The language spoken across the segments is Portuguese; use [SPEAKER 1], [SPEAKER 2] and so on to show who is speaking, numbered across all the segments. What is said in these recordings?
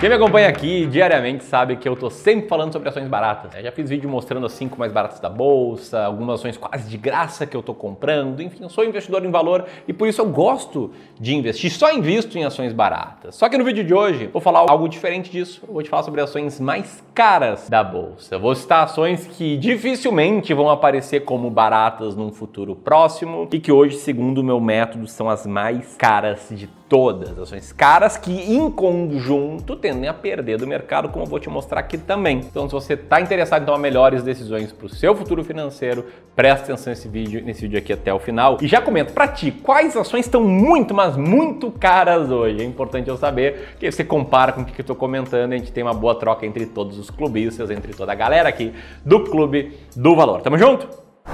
[SPEAKER 1] Quem me acompanha aqui diariamente sabe que eu tô sempre falando sobre ações baratas. Já fiz vídeo mostrando as 5 mais baratas da bolsa, algumas ações quase de graça que eu tô comprando. Enfim, eu sou investidor em valor e por isso eu gosto de investir. Só invisto em ações baratas. Só que no vídeo de hoje vou falar algo diferente disso. Eu vou te falar sobre ações mais caras da bolsa. Eu vou citar ações que dificilmente vão aparecer como baratas num futuro próximo e que hoje, segundo o meu método, são as mais caras de todas. Ações caras que em conjunto tendem a perder do mercado, como eu vou te mostrar aqui também. Então, se você está interessado em tomar melhores decisões para o seu futuro financeiro, presta atenção nesse vídeo aqui até o final e já comenta para ti quais ações estão muito, mas muito caras hoje. É importante eu saber, que você compara com o que eu estou comentando e a gente tem uma boa troca entre todos os clubistas, entre toda a galera aqui do Clube do Valor. Tamo junto?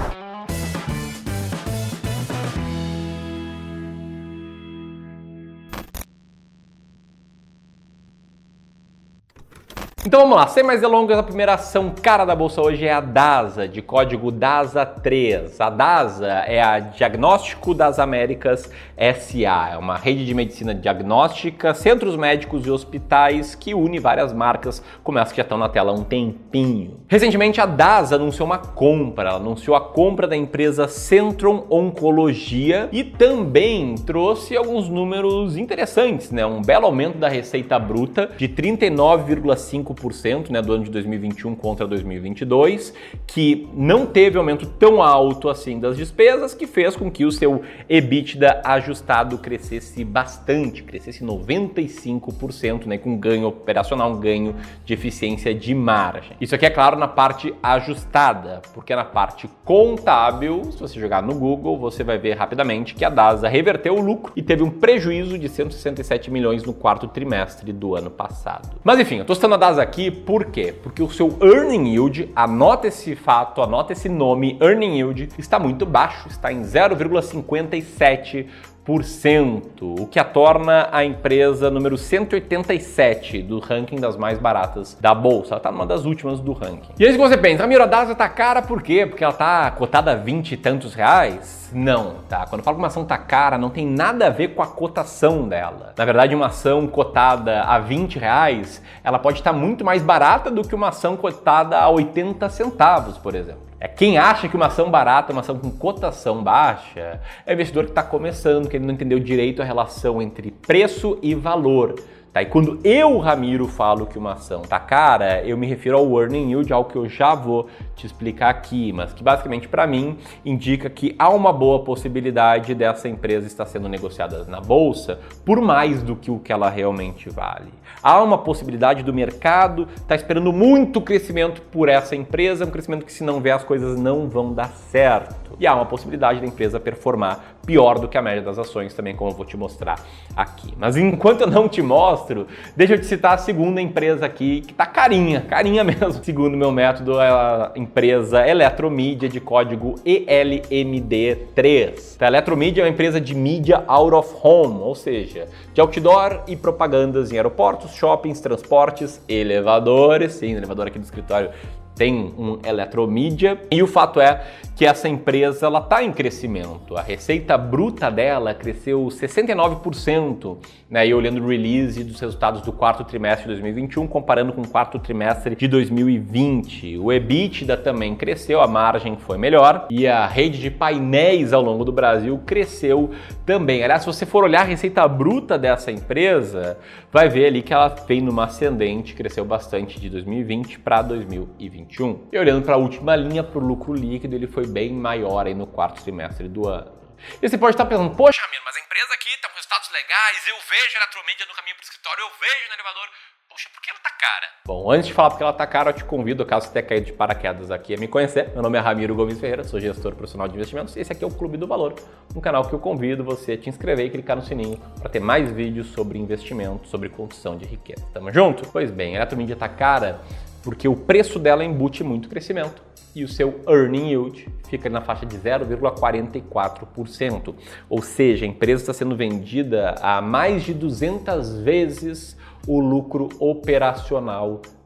[SPEAKER 1] Então vamos lá, sem mais delongas, a primeira ação cara da bolsa hoje é a DASA, de código DASA3. A DASA é a Diagnóstico das Américas SA, é uma rede de medicina diagnóstica, centros médicos e hospitais que une várias marcas, como essas que já estão na tela há um tempinho. Recentemente a DASA anunciou uma compra, ela anunciou a compra da empresa Centrum Oncologia e também trouxe alguns números interessantes, né? Um belo aumento da receita bruta de 39,5%, do ano de 2021 contra 2022, que não teve aumento tão alto assim das despesas, que fez com que o seu EBITDA ajustado crescesse bastante, crescesse 95%, né, com ganho operacional, um ganho de eficiência de margem. Isso aqui é claro na parte ajustada, porque na parte contábil, se você jogar no Google, você vai ver rapidamente que a DASA reverteu o lucro e teve um prejuízo de 167 milhões no quarto trimestre do ano passado. Mas enfim, eu tô citando a DASA aqui por quê? Porque o seu earning yield, anota esse fato, anota esse nome, earning yield, está muito baixo, está em 0,57%, o que a torna a empresa número 187 do ranking das mais baratas da bolsa. Ela está numa das últimas do ranking. E aí se você pensa, a DASA está cara por quê? Porque ela está cotada a 20 e tantos reais? Não, tá? Quando eu falo que uma ação tá cara, não tem nada a ver com a cotação dela. Na verdade, uma ação cotada a 20 reais, ela pode estar muito mais barata do que uma ação cotada a 80 centavos, por exemplo. Quem acha que uma ação barata, uma ação com cotação baixa, é o investidor que está começando, que ele não entendeu direito a relação entre preço e valor. Tá? E quando eu, Ramiro, falo que uma ação tá cara, eu me refiro ao earning yield, algo que eu já vou te explicar aqui, mas que basicamente para mim indica que há uma boa possibilidade dessa empresa estar sendo negociada na bolsa por mais do que o que ela realmente vale. Há uma possibilidade do mercado estar esperando muito crescimento por essa empresa, um crescimento que se não vier as coisas não vão dar certo. E há uma possibilidade da empresa performar pior do que a média das ações também, como eu vou te mostrar aqui. Mas enquanto eu não te mostro, deixa eu te citar a segunda empresa aqui, que tá carinha mesmo. Segundo o meu método, é a empresa Eletromidia, de código ELMD3. A Eletromidia é uma empresa de mídia out of home, ou seja, de outdoor e propagandas em aeroportos, shoppings, transportes, elevadores. Sim, o elevador aqui do escritório tem um Eletromidia, e o fato é que essa empresa ela está em crescimento. A receita bruta dela cresceu 69%, né? E olhando o release dos resultados do quarto trimestre de 2021, comparando com o quarto trimestre de 2020. O EBITDA também cresceu, a margem foi melhor e a rede de painéis ao longo do Brasil cresceu também. Aliás, se você for olhar a receita bruta dessa empresa, vai ver ali que ela vem numa ascendente, cresceu bastante de 2020 para 2021. E olhando para a última linha, para o lucro líquido, ele foi bem maior aí no quarto trimestre do ano. E você pode estar pensando, poxa, Ramiro, mas a empresa aqui está com resultados legais, eu vejo a Eletromidia no caminho para o escritório, eu vejo no elevador. Poxa, por que ela tá cara? Bom, antes de falar porque ela tá cara, eu te convido, caso você tenha caído de paraquedas aqui, a me conhecer. Meu nome é Ramiro Gomes Ferreira, sou gestor profissional de investimentos e esse aqui é o Clube do Valor, um canal que eu convido você a te inscrever e clicar no sininho para ter mais vídeos sobre investimento, sobre construção de riqueza. Tamo junto? Pois bem, a Eletromidia tá cara porque o preço dela embute muito crescimento e o seu earning yield fica na faixa de 0,44%. Ou seja, a empresa está sendo vendida a mais de 200 vezes o lucro operacional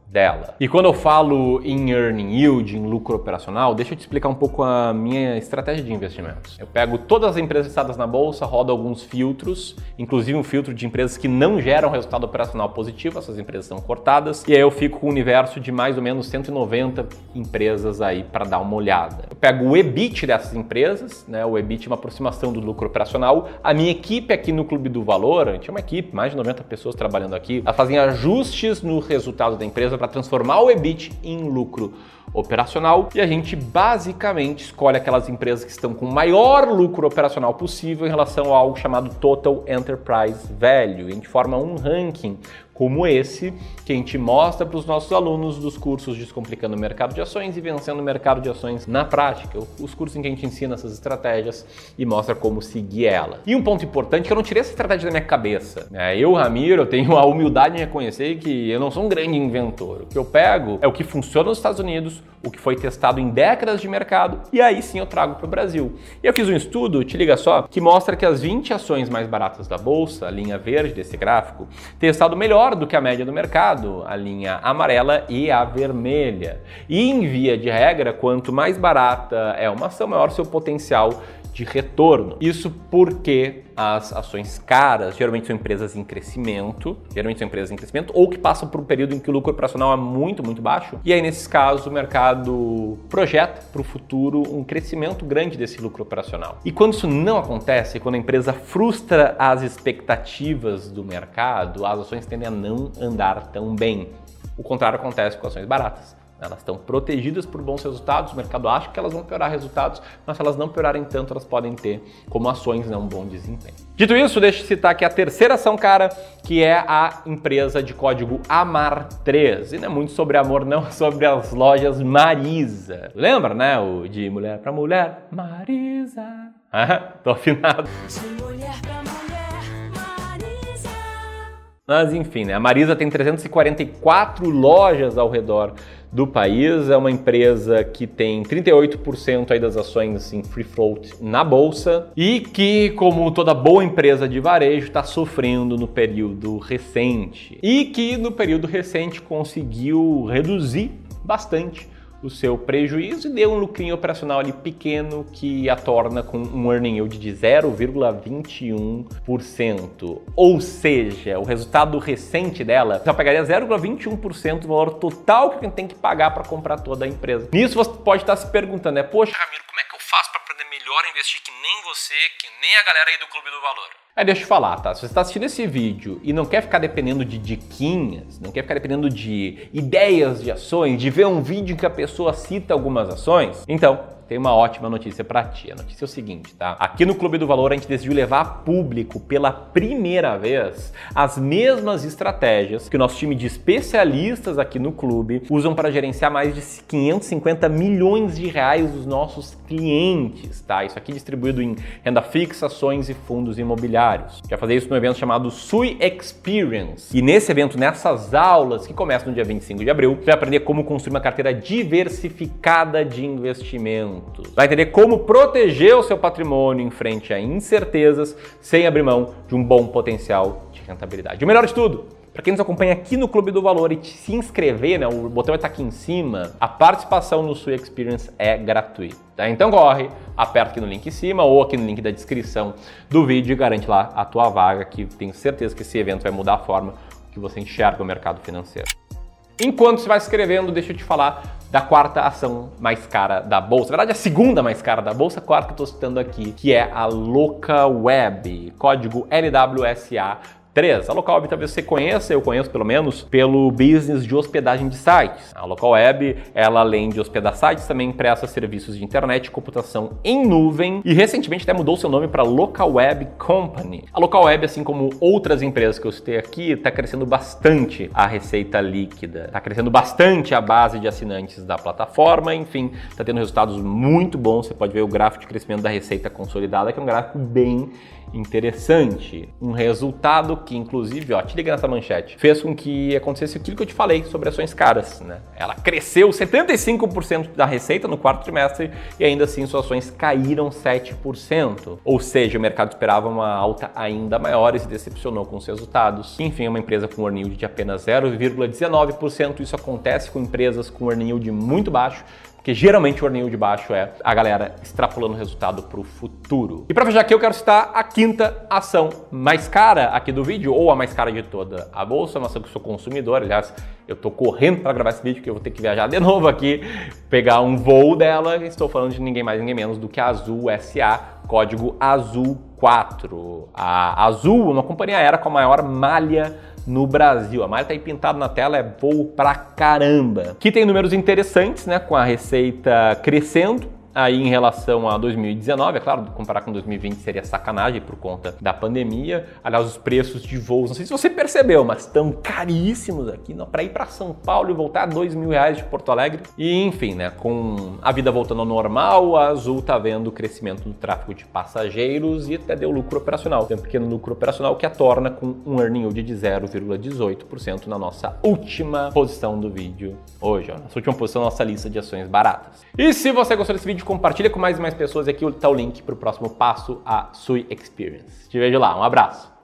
[SPEAKER 1] dela. E quando eu falo em earning yield, em lucro operacional, deixa eu te explicar um pouco a minha estratégia de investimentos. Eu pego todas as empresas listadas na bolsa, rodo alguns filtros, inclusive um filtro de empresas que não geram resultado operacional positivo, essas empresas são cortadas, e aí eu fico com um universo de mais ou menos 190 empresas aí para dar uma olhada. Eu pego o EBIT dessas empresas, né? O EBIT é uma aproximação do lucro operacional. A minha equipe aqui no Clube do Valor, a gente é uma equipe, mais de 90 pessoas trabalhando aqui, elas fazem ajustes no resultado da empresa para transformar o EBIT em lucro operacional, e a gente basicamente escolhe aquelas empresas que estão com o maior lucro operacional possível em relação a algo chamado Total Enterprise Value. A gente forma um ranking como esse, que a gente mostra para os nossos alunos dos cursos Descomplicando o Mercado de Ações e Vencendo o Mercado de Ações na prática, os cursos em que a gente ensina essas estratégias e mostra como seguir ela. E um ponto importante é que eu não tirei essa estratégia da minha cabeça. Eu, Ramiro, eu tenho a humildade de reconhecer que eu não sou um grande inventor. O que eu pego é o que funciona nos Estados Unidos, o que foi testado em décadas de mercado, e aí sim eu trago para o Brasil. E eu fiz um estudo, te liga só, que mostra que as 20 ações mais baratas da bolsa, a linha verde desse gráfico, tem estado melhor do que a média do mercado, a linha amarela e a vermelha. E em via de regra, quanto mais barata é uma ação, maior o seu potencial de retorno. Isso porque as ações caras geralmente são empresas em crescimento, ou que passam por um período em que o lucro operacional é muito baixo, e aí nesses casos o mercado projeta para o futuro um crescimento grande desse lucro operacional. E quando isso não acontece, quando a empresa frustra as expectativas do mercado, as ações tendem a não andar tão bem. O contrário acontece com ações baratas. Elas estão protegidas por bons resultados, o mercado acha que elas vão piorar resultados, mas se elas não piorarem tanto, elas podem ter, como ações, um bom desempenho. Dito isso, deixa eu citar aqui a terceira ação, cara, que é a empresa de código AMAR3. E não é muito sobre amor, não, é sobre as lojas Marisa. Lembra, né? O de mulher pra mulher, Marisa. Tô afinado. De mulher pra mulher, Marisa. Mas enfim, né? A Marisa tem 344 lojas ao redor do país, é uma empresa que tem 38% aí das ações em free float na bolsa e que, como toda boa empresa de varejo, está sofrendo no período recente e que no período recente conseguiu reduzir bastante o seu prejuízo e deu um lucrinho operacional ali pequeno que a torna com um earning yield de 0,21%. Ou seja, o resultado recente dela só pegaria 0,21% do valor total que tem que pagar para comprar toda a empresa. Nisso você pode estar se perguntando, poxa, Ramiro, como é que eu faço para aprender melhor a investir que nem você, que nem a galera aí do Clube do Valor? Deixa eu te falar, tá? Se você está assistindo esse vídeo e não quer ficar dependendo de diquinhas, não quer ficar dependendo de ideias de ações, de ver um vídeo em que a pessoa cita algumas ações, então tem uma ótima notícia para ti. A notícia é o seguinte, tá? Aqui no Clube do Valor a gente decidiu levar a público pela primeira vez as mesmas estratégias que o nosso time de especialistas aqui no clube usam para gerenciar mais de 550 milhões de reais dos nossos clientes, tá? Isso aqui distribuído em renda fixa, ações e fundos imobiliários. A gente vai fazer isso num evento chamado Sui Experience. E nesse evento, nessas aulas que começam no dia 25 de abril, você vai aprender como construir uma carteira diversificada de investimento. Vai entender como proteger o seu patrimônio em frente a incertezas sem abrir mão de um bom potencial de rentabilidade. E o melhor de tudo, para quem nos acompanha aqui no Clube do Valor e se inscrever, né, o botão vai estar aqui em cima, a participação no Sui Experience é gratuita. Tá? Então corre, aperta aqui no link em cima ou aqui no link da descrição do vídeo e garante lá a tua vaga, que tenho certeza que esse evento vai mudar a forma que você enxerga o mercado financeiro. Enquanto você vai escrevendo, deixa eu te falar da quarta ação mais cara da bolsa. Na verdade, a segunda mais cara da bolsa, a quarta que eu estou citando aqui, que é a Locaweb, código LWSA 3. A Locaweb talvez você conheça, eu conheço pelo menos, pelo business de hospedagem de sites. A Locaweb, ela além de hospedar sites, também presta serviços de internet e computação em nuvem e recentemente até mudou seu nome para Locaweb Company. A Locaweb, assim como outras empresas que eu citei aqui, está crescendo bastante a receita líquida, está crescendo bastante a base de assinantes da plataforma, enfim, está tendo resultados muito bons. Você pode ver o gráfico de crescimento da receita consolidada, que é um gráfico bem interessante. Um resultado que inclusive, ó, te liga nessa manchete, fez com que acontecesse aquilo que eu te falei sobre ações caras, né? Ela cresceu 75% da receita no quarto trimestre e ainda assim suas ações caíram 7%. Ou seja, o mercado esperava uma alta ainda maior e se decepcionou com os resultados. Enfim, é uma empresa com earning yield de apenas 0,19%. Isso acontece com empresas com earning yield muito baixo, porque geralmente o earning yield baixo é a galera extrapolando o resultado para o futuro. E para fechar aqui, eu quero citar a quinta ação mais cara aqui do vídeo, ou a mais cara de toda a bolsa, uma ação que eu sou consumidor. Aliás, eu tô correndo para gravar esse vídeo, porque eu vou ter que viajar de novo aqui, pegar um voo dela. Estou falando de ninguém mais, ninguém menos do que a Azul SA, código AZUL4. A Azul é uma companhia aérea com a maior malha no Brasil. A malha tá aí pintada na tela, é voo pra caramba. Que tem números interessantes, né? Com a receita crescendo aí em relação a 2019, é claro, comparar com 2020 seria sacanagem por conta da pandemia. Aliás, os preços de voos, não sei se você percebeu, mas estão caríssimos aqui, para ir para São Paulo e voltar a R$2.000 de Porto Alegre. E enfim, né, com a vida voltando ao normal, a Azul tá vendo o crescimento do tráfego de passageiros e até deu lucro operacional. Tem um pequeno lucro operacional que a torna com um earning yield de 0,18% na nossa última posição do vídeo hoje, ó, nossa última posição na nossa lista de ações baratas. E se você gostou desse vídeo, compartilha com mais e mais pessoas e aqui está o link para o próximo passo, a Sui Experience. Te vejo lá, um abraço!